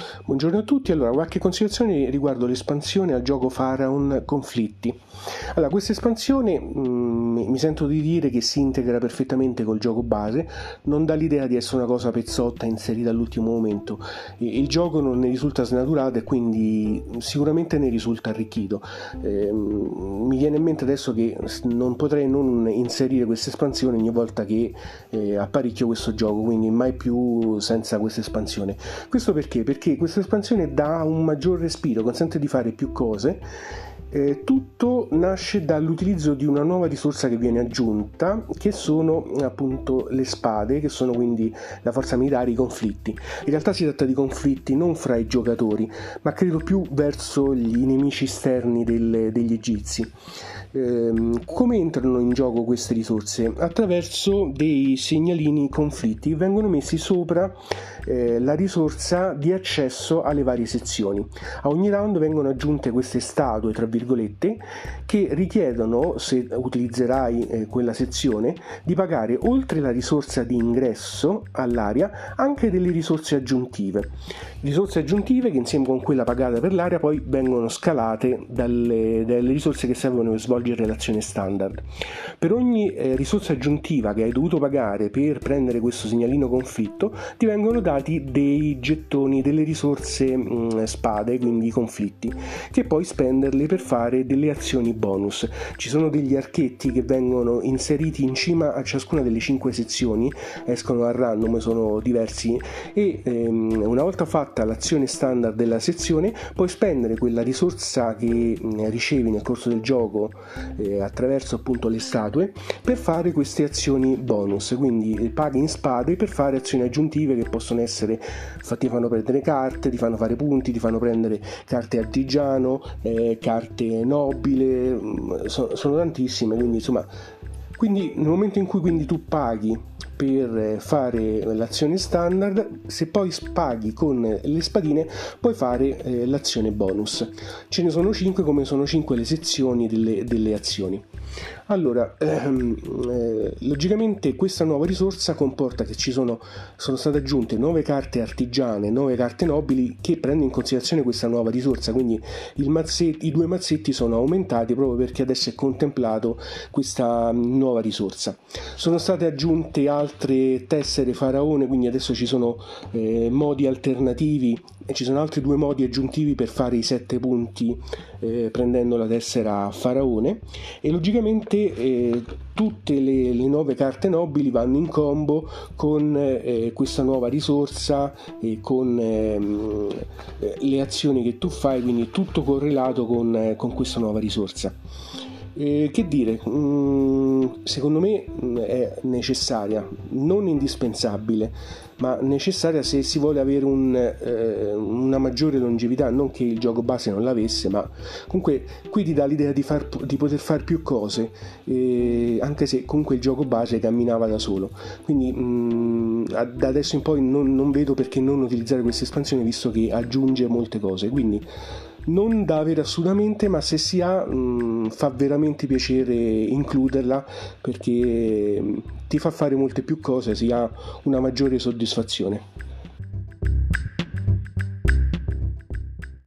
Buongiorno a tutti, allora qualche considerazione riguardo l'espansione al gioco Pharaon Conflitti. Allora, questa espansione mi sento di dire che si integra perfettamente col gioco base, non dà l'idea di essere una cosa pezzotta inserita all'ultimo momento. Il gioco non ne risulta snaturato e quindi sicuramente ne risulta arricchito. Mi viene in mente adesso che non potrei non inserire questa espansione ogni volta che apparecchio questo gioco, quindi mai più senza questa espansione. Questo perché? Perché questa espansione dà un maggior respiro, consente di fare più cose. Tutto nasce dall'utilizzo di una nuova risorsa che viene aggiunta, che sono appunto le spade, che sono quindi la forza militare, i conflitti. In realtà si tratta di conflitti non fra i giocatori, ma credo più verso i nemici esterni degli egizi. Come entrano in gioco queste risorse? Attraverso dei segnalini conflitti che vengono messi sopra la risorsa di accesso alle varie sezioni. A ogni round vengono aggiunte queste statue, tra virgolette, che richiedono, se utilizzerai quella sezione, di pagare oltre la risorsa di ingresso all'area anche delle risorse aggiuntive. Risorse aggiuntive che insieme con quella pagata per l'area poi vengono scalate dalle risorse che servono per svolgere l'azione standard. Per ogni risorsa aggiuntiva che hai dovuto pagare per prendere questo segnalino conflitto ti vengono dati dei gettoni, delle risorse spade, quindi i conflitti, che puoi spenderle per fare delle azioni bonus. Ci sono degli archetti che vengono inseriti in cima a ciascuna delle 5 sezioni, escono a random, sono diversi, e una volta fatta l'azione standard della sezione puoi spendere quella risorsa che ricevi nel corso del gioco attraverso appunto le statue per fare queste azioni bonus, quindi paghi in spade per fare azioni aggiuntive che possono essere, ti fanno prendere carte, ti fanno fare punti, ti fanno prendere carte artigiano, carte nobile, sono tantissime, quindi insomma, quindi nel momento in cui quindi tu paghi per fare l'azione standard, se poi paghi con le spadine puoi fare l'azione bonus. Ce ne sono 5, come sono 5 le sezioni delle azioni. Allora, logicamente questa nuova risorsa comporta che sono state aggiunte 9 carte artigiane, 9 carte nobili che prendono in considerazione questa nuova risorsa, quindi i 2 mazzetti sono aumentati proprio perché adesso è contemplato questa nuova risorsa. Sono state aggiunte altre tessere faraone, quindi adesso ci sono modi alternativi e ci sono altri 2 modi aggiuntivi per fare i 7 punti prendendo la tessera faraone, e logicamente tutte le 9 carte nobili vanno in combo con questa nuova risorsa e con le azioni che tu fai, quindi tutto correlato con questa nuova risorsa. Che dire, secondo me è necessaria, non indispensabile, ma necessaria se si vuole avere una maggiore longevità. Non che il gioco base non l'avesse, ma comunque qui ti dà l'idea di poter fare più cose, anche se comunque il gioco base camminava da solo. Quindi da adesso in poi non vedo perché non utilizzare questa espansione, visto che aggiunge molte cose. Quindi non da avere assolutamente, ma se si ha fa veramente piacere includerla, perché ti fa fare molte più cose, si ha una maggiore soddisfazione.